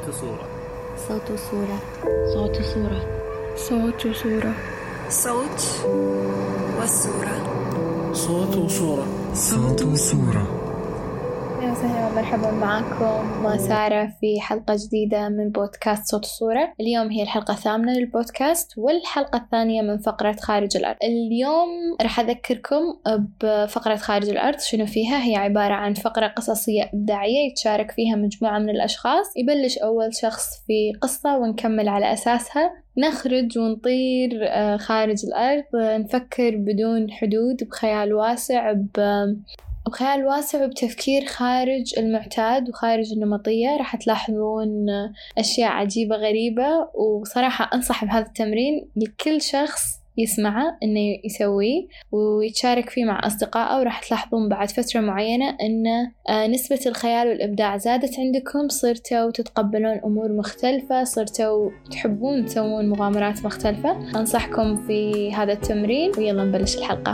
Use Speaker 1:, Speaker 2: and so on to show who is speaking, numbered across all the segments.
Speaker 1: صورة.
Speaker 2: صوت وصورة.
Speaker 3: صوت وصورة.
Speaker 4: صوت وصورة.
Speaker 5: صوت والصورة.
Speaker 1: صوت وصورة.
Speaker 6: صوت وصورة.
Speaker 4: يا وسهلا ومرحبا معكم سارة في حلقة جديدة من بودكاست صوت الصورة. اليوم هي الحلقة الثامنة للبودكاست والحلقة الثانية من فقرة خارج الأرض. اليوم رح أذكركم بفقرة خارج الأرض شنو فيها. هي عبارة عن فقرة قصصية إبداعية يتشارك فيها مجموعة من الأشخاص. يبلش أول شخص في قصة ونكمل على أساسها، نخرج ونطير خارج الأرض، نفكر بدون حدود، بخيال واسع، بخيال واسع وبتفكير خارج المعتاد وخارج النمطية. راح تلاحظون أشياء عجيبة غريبة، وصراحة أنصح بهذا التمرين لكل شخص يسمعه إنه يسويه ويتشارك فيه مع أصدقائه. وراح تلاحظون بعد فترة معينة إن نسبة الخيال والإبداع زادت عندكم، صرتوا تتقبلون أمور مختلفة، صرتوا تحبون تسوون مغامرات مختلفة. أنصحكم في هذا التمرين، ويلا نبلش الحلقة.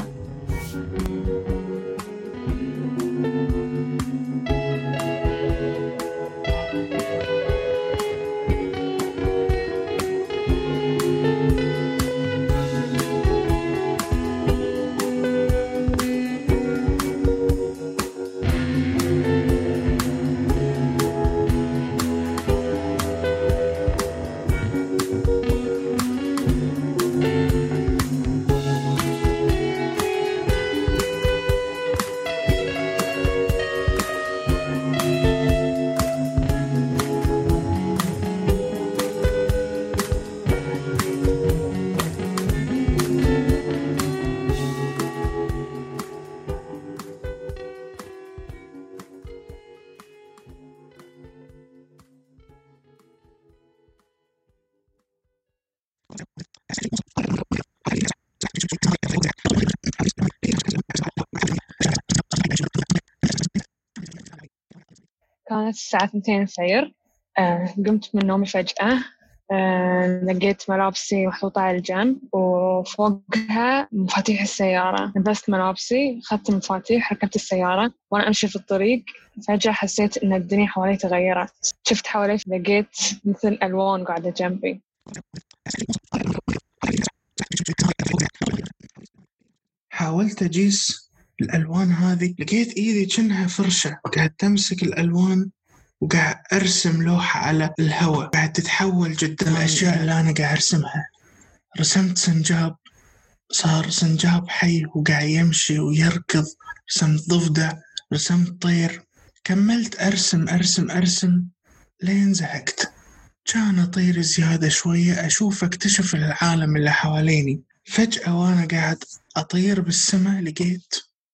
Speaker 3: كانت الساعة 2 الفجر. قمت من نومي فجأة. لقيت ملابسي محطوطة على الجنب وفوقها مفاتيح السيارة. لبست ملابسي، أخذت المفاتيح، ركبت السيارة. وأنا أمشي في الطريق فجأة حسيت إن الدنيا حوالي تغيرت. شفت حوالي، لقيت مثل ألوان قاعدة جنبي.
Speaker 6: حاولت أجيس الألوان هذه، لقيت إيدي كأنها فرشة، قاعد تمسك الألوان وقاعد أرسم لوحة على الهواء، قاعد تتحول جدا الأشياء اللي أنا قاعد أرسمها. رسمت سنجاب، صار سنجاب حي وقاعد يمشي ويركض. رسمت ضفدع، رسمت طير. كملت أرسم أرسم أرسم لين زهقت. كان أطير زيادة شوية، أشوف أكتشف العالم اللي حواليني. فجأة وأنا قاعد أطير بالسماء لقيت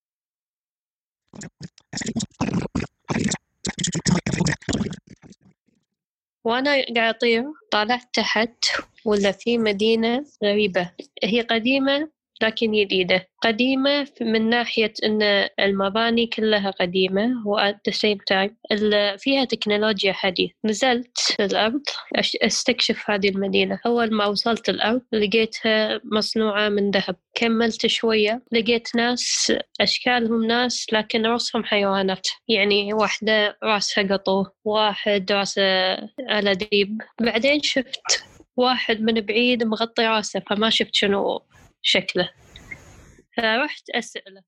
Speaker 7: وأنا قاعد أطير طالعت تحت، ولا في مدينة غريبة. هي قديمة لكن جديدة. قديمة من ناحية أن المباني كلها قديمة، وat the same time فيها تكنولوجيا حديثة. نزلت في الأرض استكشف هذه المدينة. أول ما وصلت الأرض لقيتها مصنوعة من ذهب. كملت شوية لقيت ناس، أشكالهم ناس لكن رأسهم حيوانات. يعني واحدة رأسها قطو، واحد رأسه ألاديب. بعدين شفت واحد من بعيد مغطي رأسه، فما شفت شنو شكله، فرحت أسأله.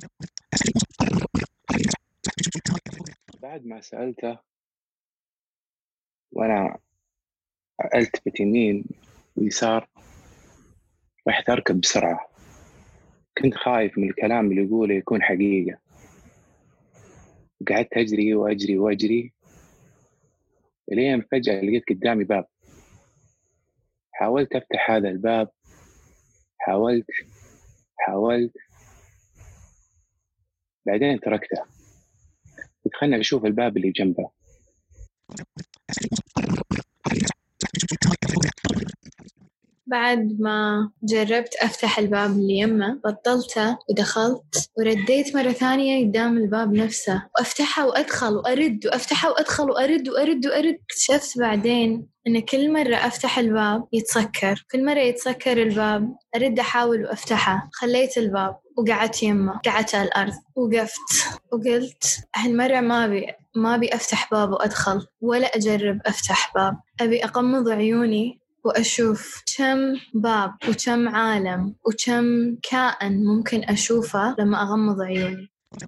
Speaker 8: بعد ما سألته وأنا ألتفت يمين ويسار، رحت أركض بسرعة. كنت خايف من الكلام اللي يقوله يكون حقيقة. قعدت أجري وأجري وأجري لين فجأة لقيت قدامي باب. حاولت أفتح هذا الباب، حاولت بعدين تركته. خلنا نشوف الباب اللي جنبه.
Speaker 4: بعد ما جربت أفتح الباب اللي يمه بطلته ودخلت، ورديت مرة ثانية قدام الباب نفسه وأفتحه وأدخل وأرد وأفتحه وأدخل وأرد وأرد وأرد. اكتشفت بعدين إن كل مرة أفتح الباب يتسكر، كل مرة يتسكر الباب أرد أحاول وأفتحه. خليت الباب وقعدت يمه، قعدت على الأرض، وقفت وقلت هالمرة ما أبي ما أبي أفتح باب وأدخل ولا أجرب أفتح باب، أبي أغمض عيوني وأشوف كم باب وكم عالم وكم كائن ممكن أشوفه لما أغمض عيوني.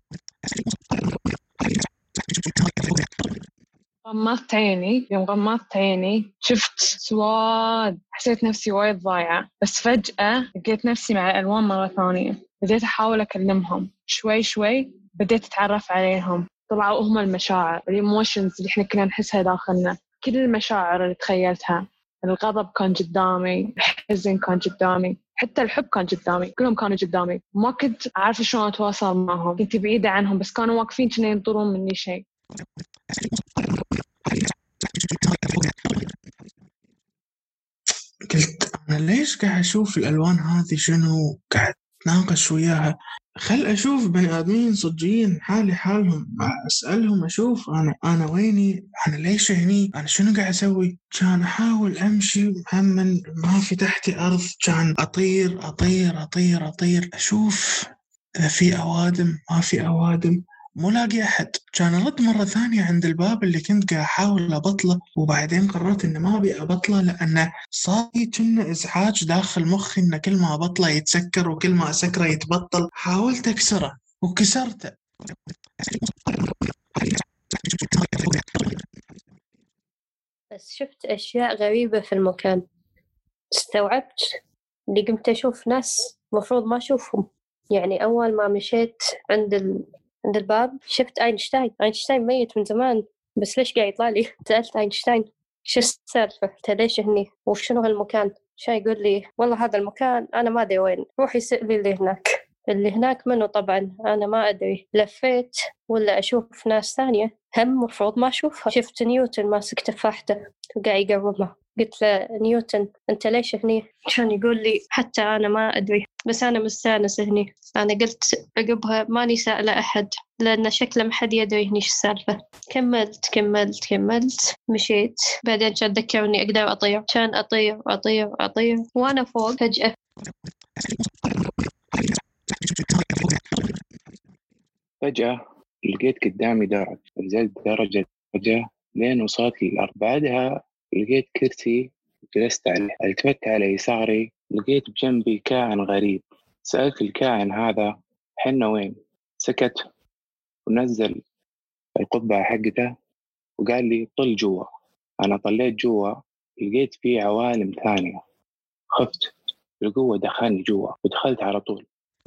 Speaker 3: غمضت عيني، يوم غمضت عيني شفت سواد، حسيت نفسي وايد ضايعة، بس فجأة لقيت نفسي مع الألوان مرة ثانية. بديت أحاول أكلمهم شوي شوي، بديت أتعرف عليهم. طلعوا هم المشاعر، الإيموشنز اللي إحنا كنا نحسها داخلنا، كل المشاعر اللي تخيلتها. الغضب كان قدامي، الحزن كان قدامي، حتى الحب كان قدامي، كلهم كانوا قدامي. ما كنت عارفة شلون أتواصل معهم، كنت بعيدة عنهم، بس كانوا واقفين كنا ينطرون مني شيء.
Speaker 6: قلت أنا ليش قاعد أشوف الألوان هذه؟ شنو قاعد أتناقش وياها؟ خل أشوف بني آدمين صجيين حالي حالهم، أسألهم، أشوف أنا ويني، أنا ليش هني، أنا شنو قاعد أسوي. كان أحاول أمشي مهمن، ما في تحتي أرض، كان أطير أطير أطير أطير، أشوف إذا في أوادم، ما في أوادم، مو لاقي أحد. كان أرد مرة ثانية عند الباب اللي كنت قاعد أحاول أبطله، وبعدين قررت إن ما أبي أبطله لأنه صار كنا إزعاج داخل مخي إن كل ما أبطله يتسكر وكل ما أسكره يتبطل. حاولت أكسره وكسرته.
Speaker 7: بس شفت أشياء غريبة في المكان، استوعبت اللي قمت أشوف ناس مفروض ما أشوفهم. يعني أول ما مشيت عند الباب شفت أينشتاين ميت من زمان، بس ليش قاعد يطلع لي؟ سألت أينشتاين شو السالفة، أنت ليش هني وشنو هالمكان؟ شاي يقول لي والله هذا المكان أنا ما أدري وين، روحي سألي اللي هناك منه. طبعا أنا ما أدري، لفيت ولا أشوف ناس ثانية هم مفروض ما أشوفها. شفت نيوتن ماسك تفاحته وقاعد يقربها، قلت له نيوتن أنت ليش هني؟ كان يقول لي حتى أنا ما أدري، بس أنا مستانس هني. أنا قلت عقبها ماني سائلة أحد لأن شكله ما حد يدري هني شو السالفة. كملت مشيت. بعدين كان أتذكر إني أقدر أطير، كان أطير وأنا فوق فجأة
Speaker 8: لقيت قدامي درج، نزلت درجة لين وصلت للأرض. بعدها لقيت كرسي جلست عليه. التفت على يساري لقيت بجنبي كائن غريب. سألت الكائن هذا حنا وين؟ سكت ونزل القبعة حقته وقال لي طل جوا. أنا طليت جوا، لقيت فيه عوالم ثانية. خفت القوة دخلني جوا ودخلت على طول.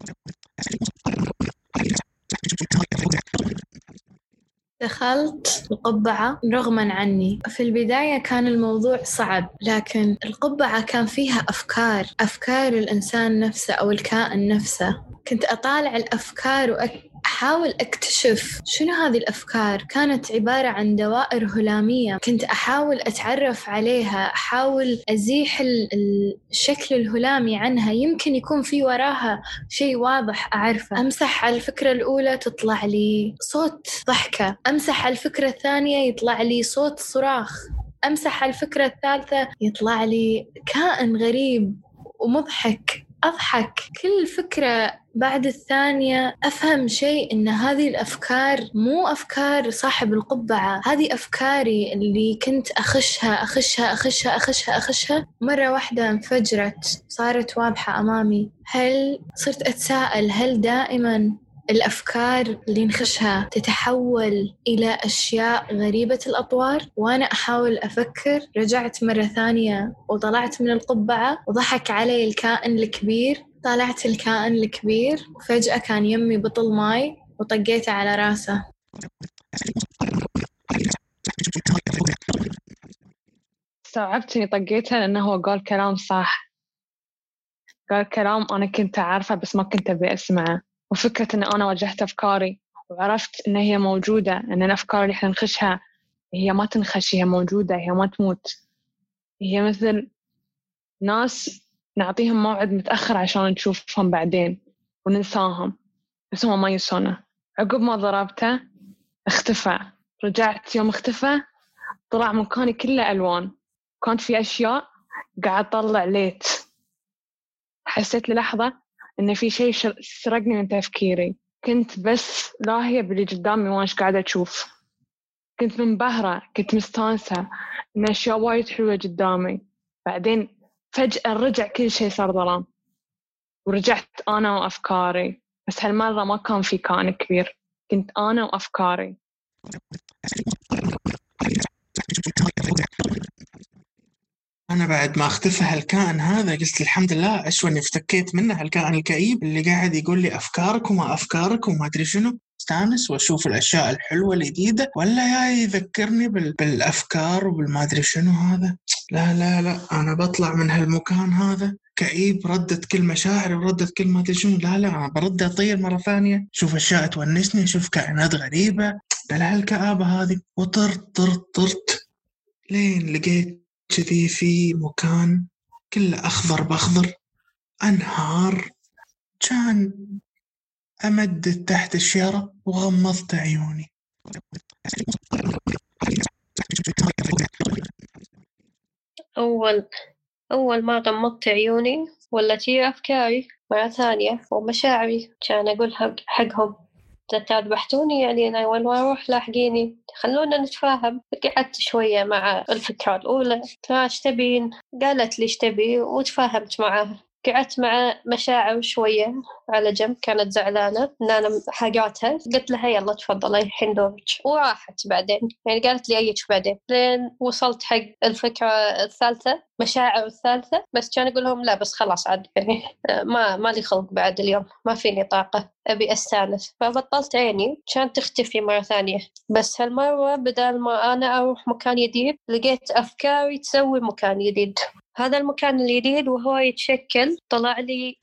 Speaker 4: دخلت القبعة رغما عني. في البداية كان الموضوع صعب، لكن القبعة كان فيها أفكار الإنسان نفسه أو الكائن نفسه. كنت أطالع الأفكار وأحاول أكتشف شنو هذه الأفكار. كانت عبارة عن دوائر هلامية، كنت أحاول أتعرف عليها، أحاول أزيح الشكل الهلامي عنها، يمكن يكون في وراها شيء واضح أعرفه. أمسح على الفكرة الأولى تطلع لي صوت ضحكة، أمسح على الفكرة الثانية يطلع لي صوت صراخ، أمسح على الفكرة الثالثة يطلع لي كائن غريب ومضحك. أضحك كل فكرة بعد الثانية أفهم شيء، إن هذه الأفكار مو أفكار صاحب القبعة، هذه أفكاري اللي كنت أخشها. مرة واحدة انفجرت، صارت واضحة أمامي. صرت أتساءل، هل دائما الأفكار اللي نخشها تتحول إلى أشياء غريبة الأطوار؟ وأنا أحاول أفكر، رجعت مرة ثانية وطلعت من القبعة وضحك علي الكائن الكبير. طلعت الكائن الكبير وفجأة كان يمي بطل ماي وطقيته على راسه.
Speaker 3: استوعبت إني طقيتها لأنه هو قال كلام صح، قال كلام أنا كنت أعرفه بس ما كنت أبي أسمعه. وفكرة إن أنا واجهت أفكاري وعرفت إن هي موجودة، إن الأفكار اللي إحنا نخشها هي ما تنخش، هي موجودة، هي ما تموت. هي مثل ناس نعطيهم موعد متأخر عشان نشوفهم بعدين وننساهم، بس هم ما ينسونه. عقب ما ضربته اختفى. رجعت يوم اختفى طلع مكاني كله ألوان، كانت في أشياء قاعد أطلع ليت. حسيت للحظة إن في شيء سرقني من تفكيري، كنت بس لاهية باللي قدامي وأنا قاعدة أشوف. كنت منبهرة، كنت مستانسة إن أشياء وايد حلوة قدامي. بعدين فجأة رجع كل شيء صار ظلام، ورجعت أنا وأفكاري، بس هالمرة ما كان في كائن كبير، كنت أنا وأفكاري.
Speaker 6: أنا بعد ما اختفى هالكائن هذا قلت الحمد لله أشوى افتكيت منه، هالكائن الكئيب اللي قاعد يقول لي أفكارك وما أفكارك وما أدري شنو. استانس وأشوف الأشياء الحلوة الجديدة، ولا جاي يذكرني بالأفكار وبالما أدري شنو هذا. لا لا لا، أنا بطلع من هالمكان هذا كئيب، ردت كل مشاعري وردت كل ما أدري شنو. لا لا، أنا برد أطير مرة ثانية، أشوف أشياء تونسني، أشوف كائنات غريبة، بلا هالكآبة هذه. وطرت لين لقيت كذي في مكان كله أخضر بأخضر، أنهار. كان أمدت تحت الشجرة وغمضت عيوني.
Speaker 7: أول ما غمضت عيوني ولت هي أفكاري مرة ثانية ومشاعري، كان أقولها حقهم تذبحتوني يعني أنا وين أروح لاحقيني، خلونا نتفاهم. قعدت شوية مع الفكرة الأولى، ايش تبين؟ قالت لي ايش تبي وتفاهمت معها. قعدت مع مشاعر شوية على جنب، كانت زعلانة إن أنا حاجاتها، قلت لها يلا تفضلي الحين دورك، وراحت. بعدين يعني قالت لي أيش بعدين، لين وصلت حق الفكرة الثالثة، مشاعر الثالثة. بس كان أقول لهم لا بس خلاص عاد يعني ما لي خلق بعد اليوم، ما فيني طاقة، أبي أستانس. فبطلت عيني، كانت تختفي مرة ثانية. بس هالمرة بدل ما أنا أروح مكان جديد، لقيت أفكاري تسوي مكان جديد. هذا المكان الجديد وهو يتشكل طلع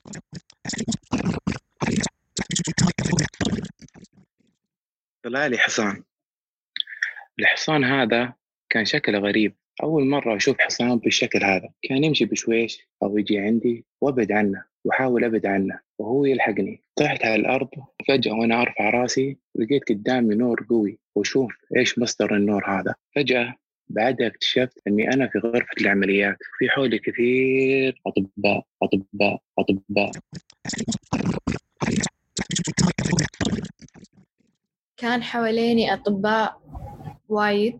Speaker 8: لي حصان. الحصان هذا كان شكله غريب، أول مرة أشوف حصان بالشكل هذا. كان يمشي بشويش أو يجي عندي وأبعد عنه وحاول أبعد عنه وهو يلحقني. طحت على الأرض فجأة وأنا أرفع راسي لقيت قدامي نور قوي، وشوف إيش مصدر النور هذا. فجأة بعدها اكتشفت أني أنا في غرفة العمليات، في حولي كثير أطباء.
Speaker 4: كان حواليني أطباء وايد.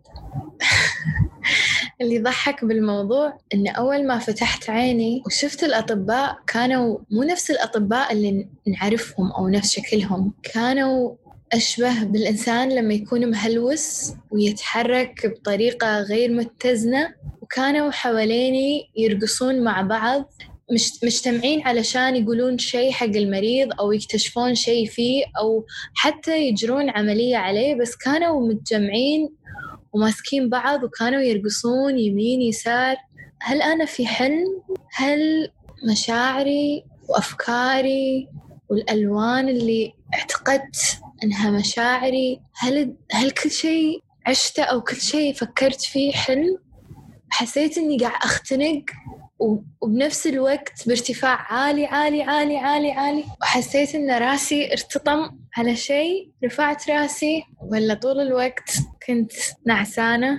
Speaker 4: اللي ضحك بالموضوع إن أول ما فتحت عيني وشفت الأطباء، كانوا مو نفس الأطباء اللي نعرفهم أو نفس شكلهم، كانوا أشبه بالإنسان لما يكون مهلوس ويتحرك بطريقة غير متزنة. وكانوا حواليني يرقصون مع بعض، مجتمعين علشان يقولون شيء حق المريض أو يكتشفون شيء فيه أو حتى يجرون عملية عليه. بس كانوا متجمعين وماسكين بعض وكانوا يرقصون يمين يسار. هل أنا في حلم؟ هل مشاعري وأفكاري والألوان اللي اعتقدت أنها مشاعري، هل كل شيء عشته أو كل شيء فكرت فيه حلم؟ حسيت أني قاعد أختنق وبنفس الوقت بارتفاع عالي عالي عالي عالي عالي، وحسيت أن راسي ارتطم على شيء. رفعت راسي ولا طول الوقت كنت نعسانة.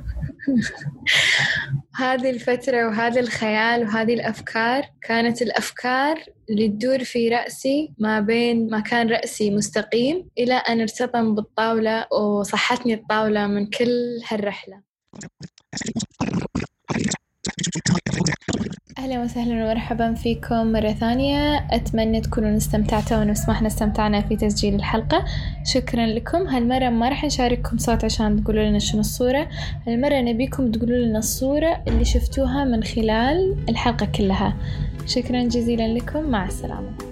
Speaker 4: هذه الفترة وهذا الخيال وهذه الأفكار كانت الأفكار اللي تدور في رأسي ما بين ما كان رأسي مستقيم إلى أن ارتطم بالطاولة وصحتني الطاولة من كل هالرحلة. أهلا وسهلا ومرحبا فيكم مرة ثانية. أتمنى تكونوا استمتعتوا ونفس ما احنا استمتعنا في تسجيل الحلقة. شكرا لكم. هالمرة ما راح نشارككم صوت عشان تقولوا لنا شنو الصورة، هالمرة نبيكم تقولوا لنا الصورة اللي شفتوها من خلال الحلقة كلها. شكرا جزيلا لكم، مع السلامة.